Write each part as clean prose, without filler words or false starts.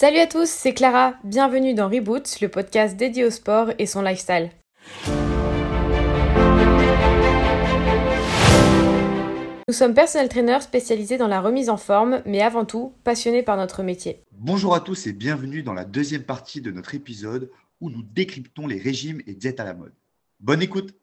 Salut à tous, c'est Clara, bienvenue dans Reboot, le podcast dédié au sport et son lifestyle. Nous sommes personnel trainers spécialisés dans la remise en forme, mais avant tout, passionnés par notre métier. Bonjour à tous et bienvenue dans la deuxième partie de notre épisode où nous décryptons les régimes et diètes à la mode. Bonne écoute!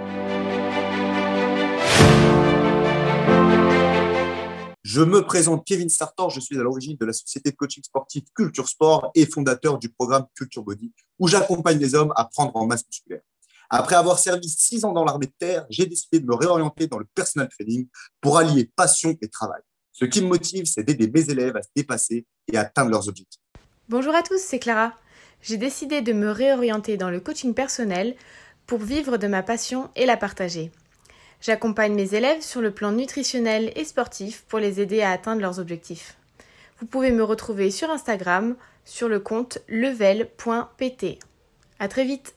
Je me présente Kevin Sartor, je suis à l'origine de la société de coaching sportif Culture Sport et fondateur du programme Culture Body, où j'accompagne les hommes à prendre en masse musculaire. Après avoir servi 6 ans dans l'armée de terre, j'ai décidé de me réorienter dans le personal training pour allier passion et travail. Ce qui me motive, c'est d'aider mes élèves à se dépasser et à atteindre leurs objectifs. Bonjour à tous, c'est Clara. J'ai décidé de me réorienter dans le coaching personnel pour vivre de ma passion et la partager. J'accompagne mes élèves sur le plan nutritionnel et sportif pour les aider à atteindre leurs objectifs. Vous pouvez me retrouver sur Instagram sur le compte level.pt. À très vite!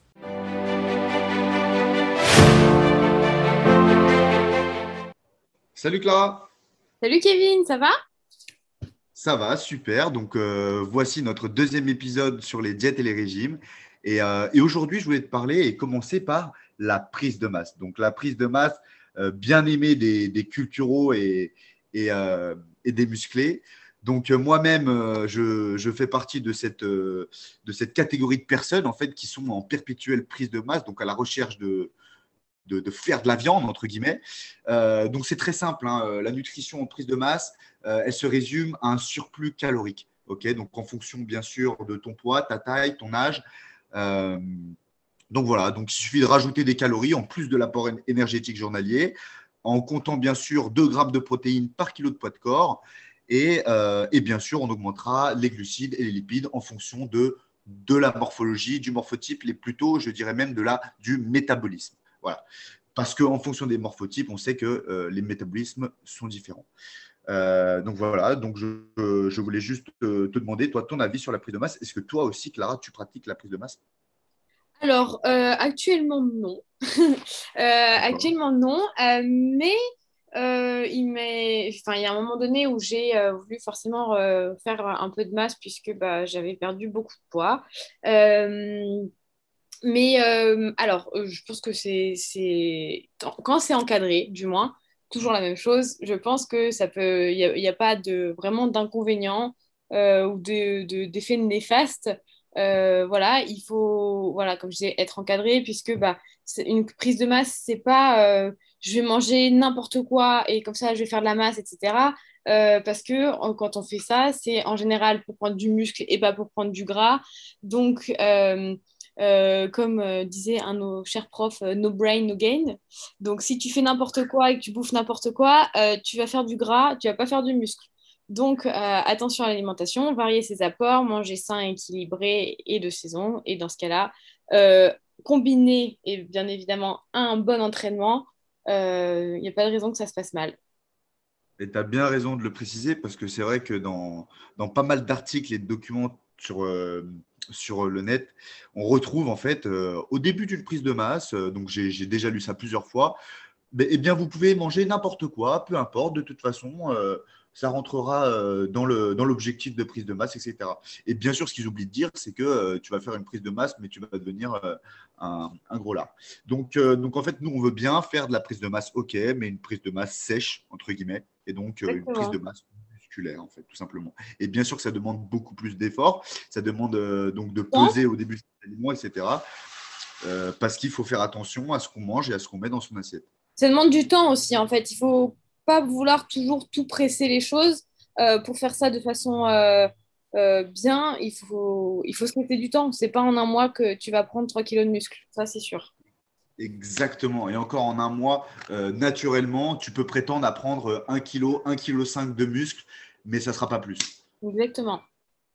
Salut Clara! Salut Kevin, ça va? Ça va, super. Donc voici notre deuxième épisode sur les diètes et les régimes. Et aujourd'hui, je voulais te parler et commencer par la prise de masse. Donc la prise de masse, bien aimée des culturaux et des musclés. Donc moi-même, je fais partie de cette catégorie de personnes en fait qui sont en perpétuelle prise de masse, donc à la recherche de faire de la viande, entre guillemets. Donc, c'est très simple. La nutrition en prise de masse, elle se résume à un surplus calorique. Okay, donc, en fonction, bien sûr, de ton poids, ta taille, ton âge. Donc, voilà. Donc, il suffit de rajouter des calories en plus de l'apport énergétique journalier, en comptant, bien sûr, 2 grammes de protéines par kilo de poids de corps. Et bien sûr, on augmentera les glucides et les lipides en fonction de la morphologie, du morphotype, et plutôt, je dirais même, du métabolisme. Voilà. Parce qu'en fonction des morphotypes, on sait que les métabolismes sont différents. Donc voilà, donc je voulais juste te demander, toi, ton avis sur la prise de masse. Est-ce que toi aussi, Clara, tu pratiques la prise de masse? Alors, actuellement, non. Actuellement, non. Mais il y a un moment donné où j'ai voulu forcément faire un peu de masse puisque j'avais perdu beaucoup de poids. Je pense que quand c'est encadré, du moins, toujours la même chose. Je pense que il y a pas vraiment d'inconvénient ou d'effet néfaste. Voilà, il faut, voilà, comme je disais, être encadré puisque c'est une prise de masse, c'est pas je vais manger n'importe quoi et comme ça je vais faire de la masse, etc. Parce que quand on fait ça, c'est en général pour prendre du muscle et pas pour prendre du gras. Donc, comme disait un de nos chers profs, no brain, no gain. Donc, si tu fais n'importe quoi et que tu bouffes n'importe quoi, tu vas faire du gras, tu vas pas faire du muscle. Donc, attention à l'alimentation, varier ses apports, manger sain, équilibré et de saison. Et dans ce cas-là, combiner, et bien évidemment, un bon entraînement, il n'y a pas de raison que ça se passe mal. Et tu as bien raison de le préciser parce que c'est vrai que dans pas mal d'articles et de documents sur le net, on retrouve en fait au début d'une prise de masse, donc j'ai déjà lu ça plusieurs fois, eh bien, vous pouvez manger n'importe quoi, peu importe, de toute façon, ça rentrera dans l'objectif de prise de masse, etc. Et bien sûr, ce qu'ils oublient de dire, c'est que tu vas faire une prise de masse, mais tu vas devenir un gros lard. Donc, en fait, nous, on veut bien faire de la prise de masse, ok, mais une prise de masse sèche, entre guillemets, et donc une prise de Exactement. masse musculaire, en fait, tout simplement. Et bien sûr que ça demande beaucoup plus d'efforts, ça demande donc de Bon, peser au début de l'aliment, etc. Parce qu'il faut faire attention à ce qu'on mange et à ce qu'on met dans son assiette. ça demande du temps aussi, en fait. Il faut pas vouloir toujours tout presser les choses. Pour faire ça de façon bien, il faut se laisser du temps. C'est pas en un mois que tu vas prendre 3 kilos de muscle. Ça, c'est sûr. Exactement. Et encore en un mois, naturellement, tu peux prétendre à prendre 1 kg, 1,5 kg de muscle, mais ça ne sera pas plus. Exactement.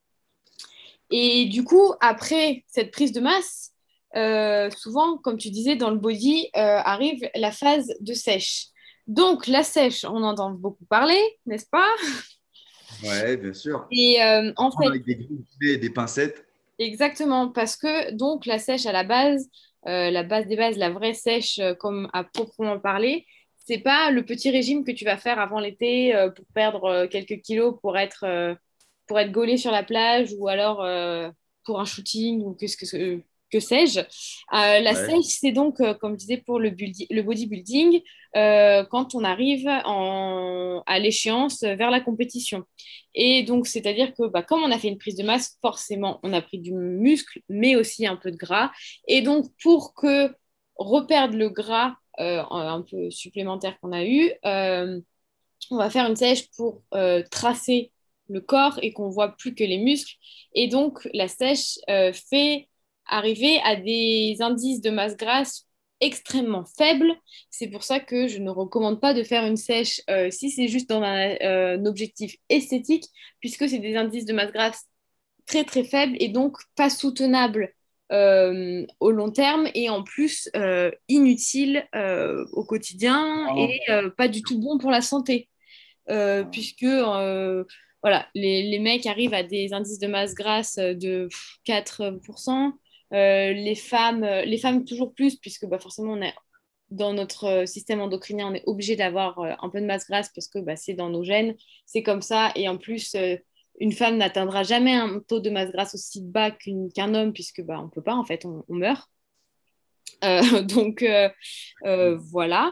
Et du coup, après cette prise de masse, souvent, comme tu disais, dans le body, arrive la phase de sèche. Donc, la sèche, on entend beaucoup parler, n'est-ce pas? Ouais, bien sûr. Et en Prendre fait, avec des gros gilets et des pincettes. exactement, parce que donc la sèche à la base des bases, la vraie sèche, comme à proprement parler, c'est pas le petit régime que tu vas faire avant l'été pour perdre quelques kilos pour être pour être gaulé sur la plage ou alors pour un shooting ou que sais-je. La Ouais. sèche, c'est donc, comme je disais, pour le bodybuilding, quand on arrive à l'échéance vers la compétition. Et donc, c'est-à-dire que bah, comme on a fait une prise de masse, forcément, on a pris du muscle, mais aussi un peu de gras. Et donc, pour que reperdre le gras un peu supplémentaire qu'on a eu, on va faire une sèche pour tracer le corps et qu'on voit plus que les muscles. Et donc, la sèche fait arriver à des indices de masse grasse extrêmement faibles. C'est pour ça que je ne recommande pas de faire une sèche si c'est juste dans un objectif esthétique, puisque c'est des indices de masse grasse très très faibles et donc pas soutenables au long terme et en plus inutiles au quotidien et pas du tout bon pour la santé puisque voilà, les mecs arrivent à des indices de masse grasse de 4%. Les femmes toujours plus, puisque bah, forcément, on est, dans notre système endocrinien, on est obligé d'avoir un peu de masse grasse parce que bah, c'est dans nos gènes, c'est comme ça. Et en plus, une femme n'atteindra jamais un taux de masse grasse aussi bas qu'un homme, puisque bah, on ne peut pas, en fait, on meurt. Donc, voilà.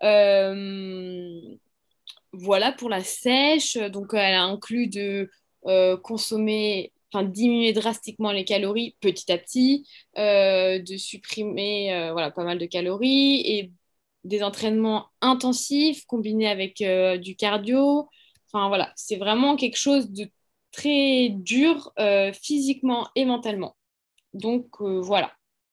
Euh, voilà pour la sèche. Donc, elle inclut de consommer, enfin, diminuer drastiquement les calories petit à petit, de supprimer voilà, pas mal de calories et des entraînements intensifs combinés avec du cardio. Enfin, voilà, c'est vraiment quelque chose de très dur physiquement et mentalement. Donc, voilà.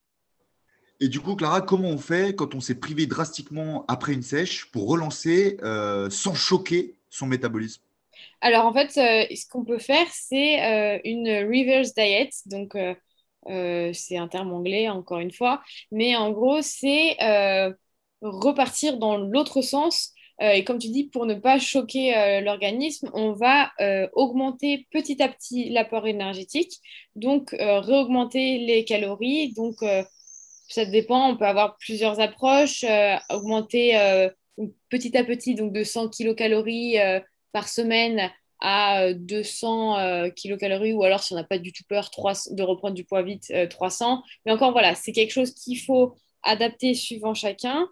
Et du coup, Clara, comment on fait quand on s'est privé drastiquement après une sèche pour relancer sans choquer son métabolisme? Alors, en fait, ce qu'on peut faire, c'est une reverse diet. Donc, c'est un terme anglais, encore une fois. Mais en gros, c'est repartir dans l'autre sens. Et comme tu dis, pour ne pas choquer l'organisme, on va augmenter petit à petit l'apport énergétique. Donc, réaugmenter les calories. Donc, ça dépend. On peut avoir plusieurs approches. Augmenter petit à petit, donc de 100 kilocalories par semaine à 200 kilocalories, ou alors si on n'a pas du tout peur de reprendre du poids vite, 300. Mais encore, voilà, c'est quelque chose qu'il faut adapter suivant chacun.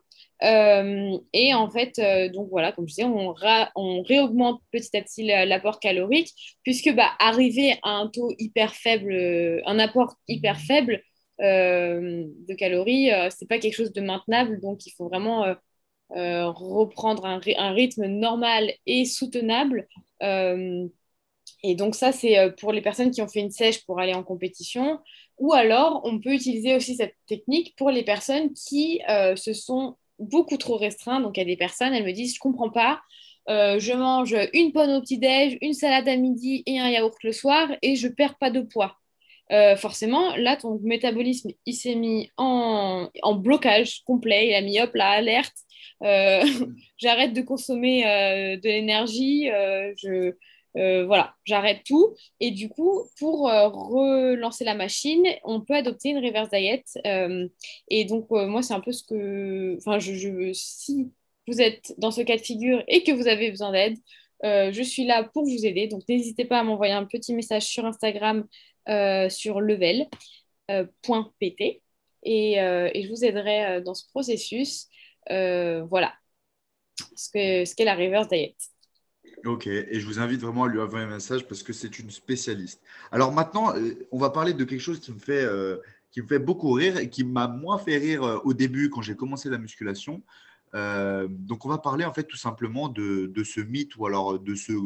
Et en fait, donc voilà, comme je disais, on réaugmente petit à petit l'apport calorique, puisque bah, arriver à un taux hyper faible, un apport hyper faible de calories, c'est pas quelque chose de maintenable, donc il faut vraiment reprendre un rythme normal et soutenable. Euh, et donc ça, c'est pour les personnes qui ont fait une sèche pour aller en compétition. Ou alors, on peut utiliser aussi cette technique pour les personnes qui se sont beaucoup trop restreintes. Donc, il y a des personnes, elles me disent, je comprends pas. Je mange une pomme au petit-déj, une salade à midi et un yaourt le soir et je perds pas de poids. Forcément, là, ton métabolisme, il s'est mis en blocage complet. Il a mis, hop, là, alerte. Euh, j'arrête de consommer de l'énergie. Voilà, j'arrête tout. Et du coup, pour relancer la machine, on peut adopter une reverse diet. Et donc, moi, c'est un peu ce que... Enfin, si vous êtes dans ce cas de figure et que vous avez besoin d'aide, je suis là pour vous aider. Donc, n'hésitez pas à m'envoyer un petit message sur Instagram sur level.pt et je vous aiderai dans ce processus. Voilà ce qu'est la reverse diet. Ok, et je vous invite vraiment à lui envoyer un message parce que c'est une spécialiste. Alors maintenant, on va parler de quelque chose qui me fait beaucoup rire et qui m'a moins fait rire au début quand j'ai commencé la musculation. Donc on va parler en fait tout simplement de ce mythe ou alors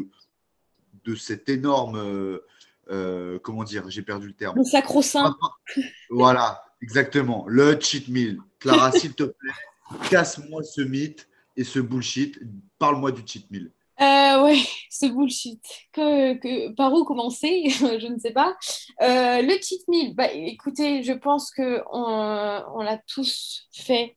de cet énorme, comment dire, j'ai perdu le terme. Le sacro-saint. Voilà, exactement, le cheat meal. Clara, s'il te plaît, casse-moi ce mythe et ce bullshit. Parle-moi du cheat meal. Ouais, ce bullshit. Par où commencer? Je ne sais pas. Le cheat meal, bah, écoutez, je pense que on l'a tous fait,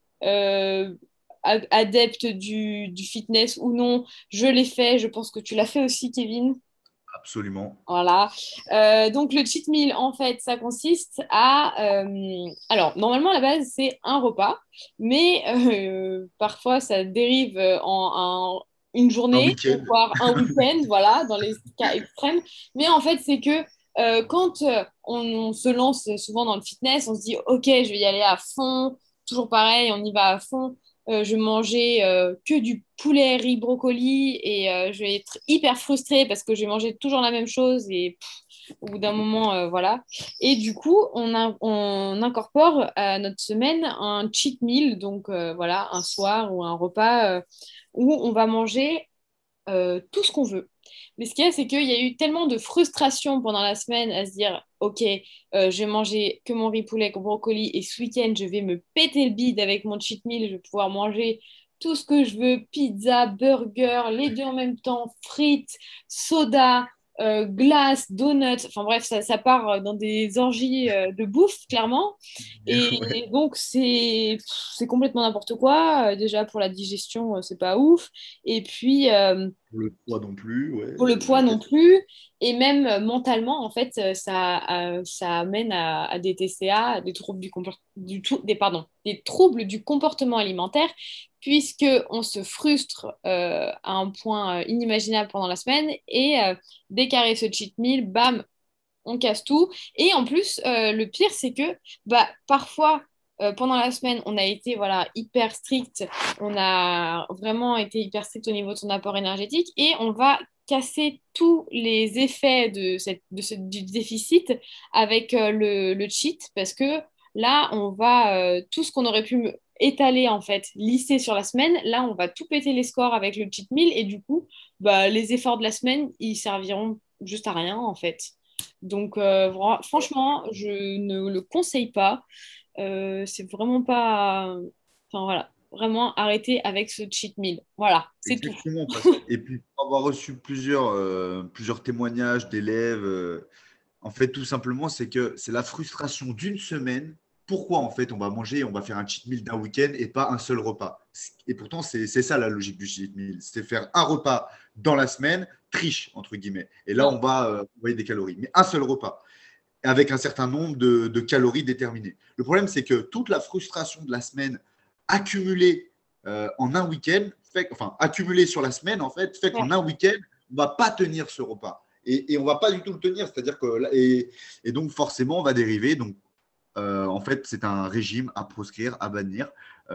adepte du fitness ou non. Je l'ai fait. Je pense que tu l'as fait aussi, Kevin. Absolument. Voilà. Donc, le cheat meal, en fait, ça consiste à... alors, normalement, à la base, c'est un repas, mais parfois, ça dérive en une Un journée, week-end. voire un week-end, voilà, dans les cas extrêmes. Mais en fait, c'est que quand on se lance souvent dans le fitness, on se dit, OK, je vais y aller à fond, toujours pareil, on y va à fond. Je mangeais que du poulet, riz, brocoli et je vais être hyper frustrée parce que je vais manger toujours la même chose et au bout d'un moment, voilà. Et du coup, on incorpore à notre semaine un cheat meal, donc voilà, un soir ou un repas où on va manger tout ce qu'on veut. Mais ce qu'il y a, c'est qu'il y a eu tellement de frustration pendant la semaine à se dire, OK, je vais manger que mon riz poulet, que mon brocoli, et ce week-end, je vais me péter le bide avec mon cheat meal, je vais pouvoir manger tout ce que je veux, pizza, burger, les deux en même temps, frites, soda, glace, donuts, enfin bref, ça part dans des orgies de bouffe, clairement. Ouais. Et donc, c'est complètement n'importe quoi. Déjà, pour la digestion, c'est pas ouf. Et puis, Pour le poids non plus, ouais. pour le poids non plus. Et même mentalement, en fait, ça amène à des TCA, des troubles des troubles du comportement alimentaire, puisque on se frustre à un point inimaginable pendant la semaine. Et dès qu'arrive ce cheat meal, bam, on casse tout. Et en plus, le pire, c'est que bah, parfois, pendant la semaine, on a été voilà, hyper strict. On a vraiment été hyper strict au niveau de son apport énergétique et on va casser tous les effets du déficit avec le cheat parce que là, on va tout ce qu'on aurait pu étaler en fait, lisser sur la semaine, là, on va tout péter les scores avec le cheat meal et du coup, bah, les efforts de la semaine, ils serviront juste à rien en fait. Donc, franchement, je ne le conseille pas. C'est vraiment pas. Enfin, voilà. Vraiment arrêter avec ce cheat meal. Voilà, c'est tout. Exactement. Et puis, pour avoir reçu plusieurs témoignages d'élèves, en fait, tout simplement, c'est que c'est la frustration d'une semaine. Pourquoi, en fait, on va manger, on va faire un cheat meal d'un week-end et pas un seul repas? Et pourtant, c'est ça la logique du cheat meal. C'est faire un repas dans la semaine, triche, entre guillemets. Et là, Ouais, on va envoyer des calories. Mais un seul repas, avec un certain nombre de calories déterminées. Le problème, c'est que toute la frustration de la semaine accumulée en un week-end, enfin, accumulée sur la semaine, en fait ouais. qu'en un week-end, on ne va pas tenir ce repas. Et on ne va pas du tout le tenir. C'est-à-dire que, et donc, forcément, on va dériver. Donc, en fait, c'est un régime à proscrire, à bannir.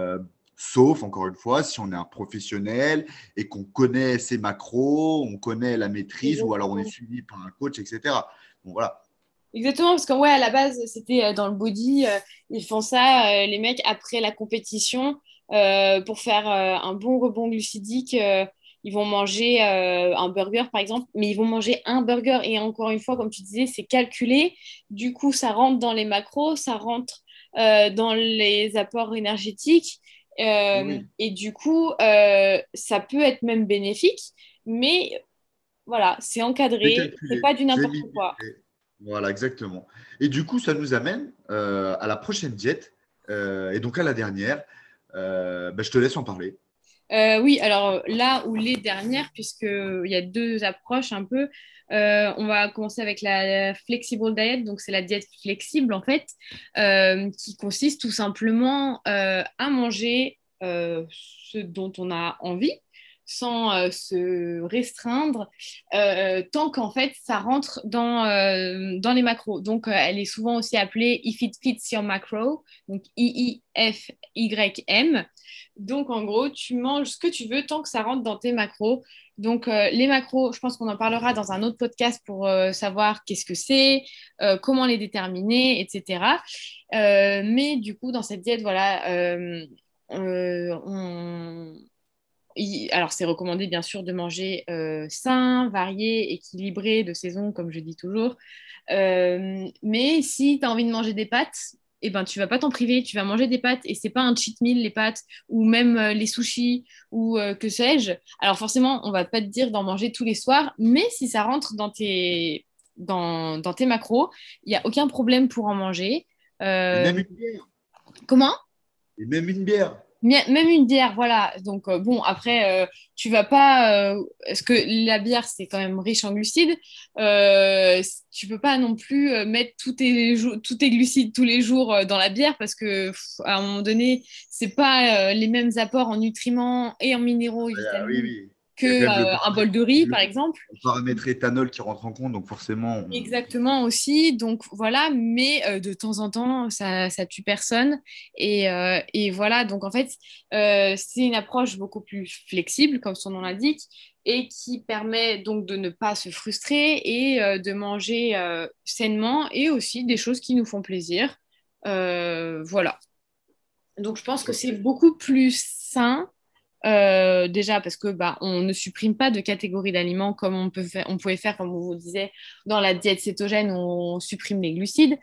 Sauf, encore une fois, si on est un professionnel et qu'on connaît ses macros, on connaît la maîtrise, ou alors on est Exactement. suivi par un coach, etc. Bon, voilà. Exactement, parce que ouais, à la base, c'était dans le body, ils font ça, les mecs, après la compétition, pour faire un bon rebond glucidique, ils vont manger un burger, par exemple, mais ils vont manger un burger, et encore une fois, comme tu disais, c'est calculé, du coup, ça rentre dans les macros, ça rentre dans les apports énergétiques, Oui, oui. et du coup, ça peut être même bénéfique, mais voilà, c'est C'est encadré, c'est calculé, pas du c'est n'importe quoi. limité. Voilà, exactement. Et du coup, ça nous amène à la prochaine diète, et donc à la dernière. Je te laisse en parler. Oui, alors là où les dernières, puisqu'il y a deux approches un peu, on va commencer avec la flexible diet, donc c'est la diète flexible en fait, qui consiste tout simplement à manger ce dont on a envie sans se restreindre, tant qu'en fait ça rentre dans les macros. Donc elle est souvent aussi appelée If It Fits Your Macro, donc IIFYM. Donc, en gros, tu manges ce que tu veux tant que ça rentre dans tes macros. Donc, les macros, je pense qu'on en parlera dans un autre podcast pour savoir qu'est-ce que c'est, comment les déterminer, etc. Mais du coup, dans cette diète, voilà, alors, c'est recommandé, bien sûr, de manger sain, varié, équilibré, de saison, comme je dis toujours. Mais si tu as envie de manger des pâtes, eh ben, tu vas pas t'en priver, tu vas manger des pâtes et c'est pas un cheat meal les pâtes ou même les sushis ou que sais-je. Alors forcément, on va pas te dire d'en manger tous les soirs, mais si ça rentre dans tes macros, il n'y a aucun problème pour en manger. Et Euh, même une bière. comment? Et même une bière. Même une bière, voilà. Donc, bon, après, tu vas pas. Parce que la bière, c'est quand même riche en glucides. Tu peux pas non plus mettre tous tes glucides tous les jours dans la bière parce que, à un moment donné, c'est pas les mêmes apports en nutriments et en minéraux et Oui, vitamines oui. que un bol de riz, par exemple. Le paramètre éthanol qui rentre en compte, donc forcément. Exactement aussi. Donc voilà, mais de temps en temps, ça tue personne. Et voilà, donc en fait, c'est une approche beaucoup plus flexible, comme son nom l'indique, et qui permet donc de ne pas se frustrer et de manger sainement et aussi des choses qui nous font plaisir. Voilà. Donc je pense que c'est beaucoup plus sain. Déjà parce que on ne supprime pas de catégories d'aliments comme on pouvait faire, comme on vous disait, dans la diète cétogène où on supprime les glucides.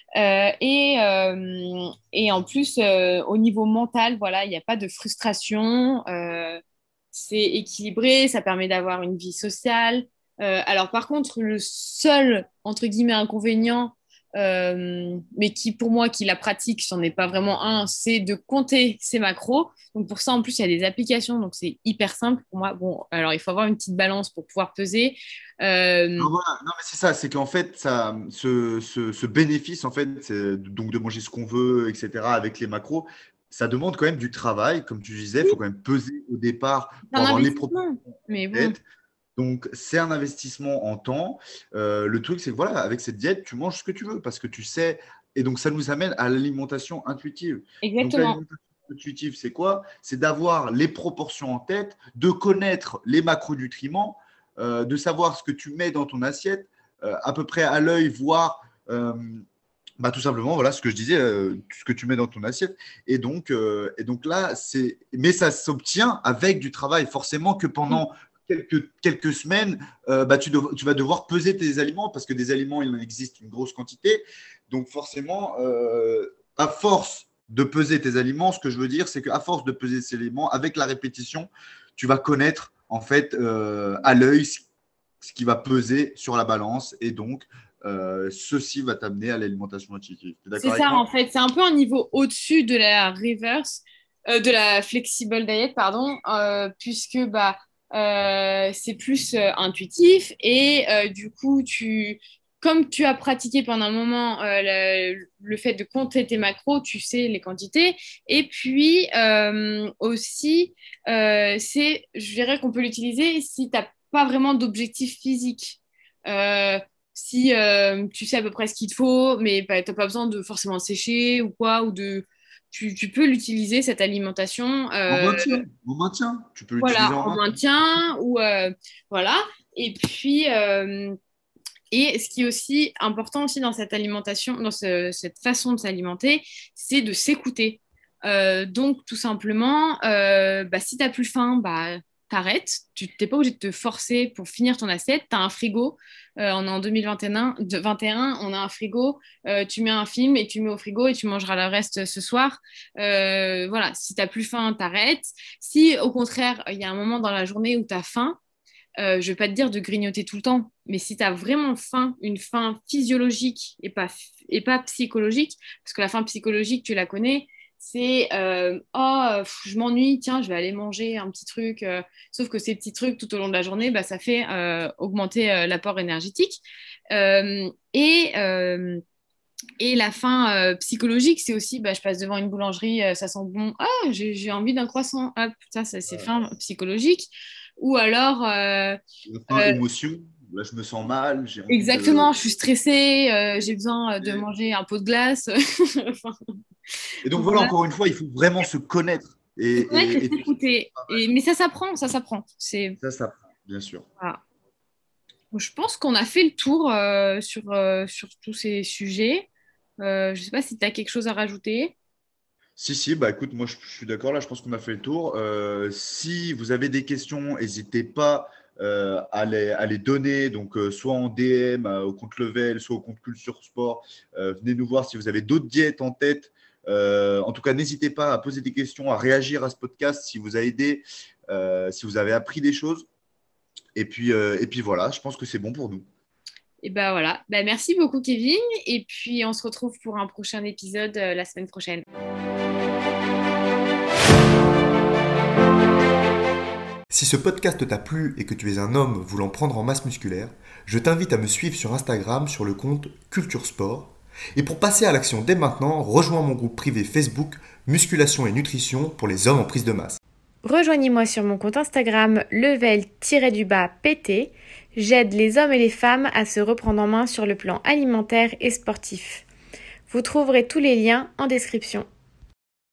Et en plus, au niveau mental, voilà, il n'y a pas de frustration. C'est équilibré, ça permet d'avoir une vie sociale. Alors par contre, le seul, entre guillemets, inconvénient, mais qui pour moi, qui la pratique, c'en est pas vraiment un, c'est de compter ses macros. Donc pour ça, en plus, il y a des applications, donc c'est hyper simple pour moi. Bon, alors il faut avoir une petite balance pour pouvoir peser. Non, voilà. Non, mais c'est ça, c'est qu'en fait, ce bénéfice, en fait, c'est donc de manger ce qu'on veut, etc., avec les macros, ça demande quand même du travail. Comme tu disais, il faut quand même peser au départ C'est pour un avoir les investissement, proportions mais en bon. tête. Donc, c'est un investissement en temps. Le truc, c'est que voilà, avec cette diète, tu manges ce que tu veux parce que tu sais. Et donc, ça nous amène à l'alimentation intuitive. Donc, Exactement. l'alimentation intuitive, c'est quoi? C'est d'avoir les proportions en tête, de connaître les macronutriments, de savoir ce que tu mets dans ton assiette, à peu près à l'œil, voir tout simplement, voilà ce que je disais, ce que tu mets dans ton assiette. Et donc là, mais ça s'obtient avec du travail. Forcément que pendant quelques semaines, tu vas devoir peser tes aliments parce que des aliments, il en existe une grosse quantité. Donc forcément, à force de peser tes aliments, ce que je veux dire, c'est qu'à force de peser ces aliments, avec la répétition, tu vas connaître en fait à l'œil ce qui va peser sur la balance. Et donc, ceci va t'amener à l'alimentation intuitive. Tu es C'est d'accord avec ça, en moi? fait. C'est un peu un niveau au-dessus de la reverse, de la flexible diet, pardon, puisque c'est plus intuitif et du coup, comme tu as pratiqué pendant un moment le fait de compter tes macros, tu sais les quantités. Et puis aussi, je dirais qu'on peut l'utiliser si tu n'as pas vraiment d'objectif physique. Si tu sais à peu près ce qu'il te faut, mais tu n'as pas besoin de forcément sécher ou quoi, tu peux l'utiliser, cette alimentation, En maintien. Tu peux l'utiliser voilà, en en maintien. maintien, ou voilà. Et puis, et ce qui est aussi important aussi dans cette alimentation, dans cette façon de s'alimenter, c'est de s'écouter. Donc, tout simplement, si tu n'as plus faim, t'arrêtes. Tu n'es pas obligé de te forcer pour finir ton assiette. Tu as un frigo. On est en 2021, on a un frigo. Tu mets un film et tu mets au frigo et tu mangeras le reste ce soir. Voilà, si tu n'as plus faim, t'arrêtes. Si au contraire, il y a un moment dans la journée où tu as faim, je ne vais pas te dire de grignoter tout le temps, mais si tu as vraiment faim, une faim physiologique et pas psychologique, parce que la faim psychologique, tu la connais, c'est je m'ennuie, tiens, je vais aller manger un petit truc. Sauf que ces petits trucs tout au long de la journée, ça fait augmenter l'apport énergétique. Euh, et, euh, et la faim psychologique, c'est aussi, je passe devant une boulangerie, ça sent bon, j'ai envie d'un croissant, hop, ça c'est faim psychologique. Ou alors, La faim, euh, émotion. Là, je me sens mal. J'ai envie exactement, de. je suis stressée, j'ai besoin de manger un pot de glace. Enfin, Et donc voilà, voilà, encore une fois, il faut vraiment se connaître. se Et, connaître et et, et s'écouter. Mais ça s'apprend, ça s'apprend. ça, bien sûr. Voilà. Je pense qu'on a fait le tour sur tous ces sujets. Je ne sais pas si tu as quelque chose à rajouter. Si, écoute, moi je suis d'accord, là je pense qu'on a fait le tour. Si vous avez des questions, n'hésitez pas à les donner, donc soit en DM au compte Level, soit au compte Culture Sport. Venez nous voir si vous avez d'autres diètes en tête. En tout cas, n'hésitez pas à poser des questions, à réagir à ce podcast si vous a aidé, si vous avez appris des choses. Et puis voilà, je pense que c'est bon pour nous. Et voilà. Merci beaucoup, Kevin. Et puis, on se retrouve pour un prochain épisode la semaine prochaine. Si ce podcast t'a plu et que tu es un homme voulant prendre en masse musculaire, je t'invite à me suivre sur Instagram sur le compte Culture Sport. Et pour passer à l'action dès maintenant, rejoins mon groupe privé Facebook Musculation et Nutrition pour les hommes en prise de masse. Rejoignez-moi sur mon compte Instagram level-pt. J'aide les hommes et les femmes à se reprendre en main sur le plan alimentaire et sportif. Vous trouverez tous les liens en description.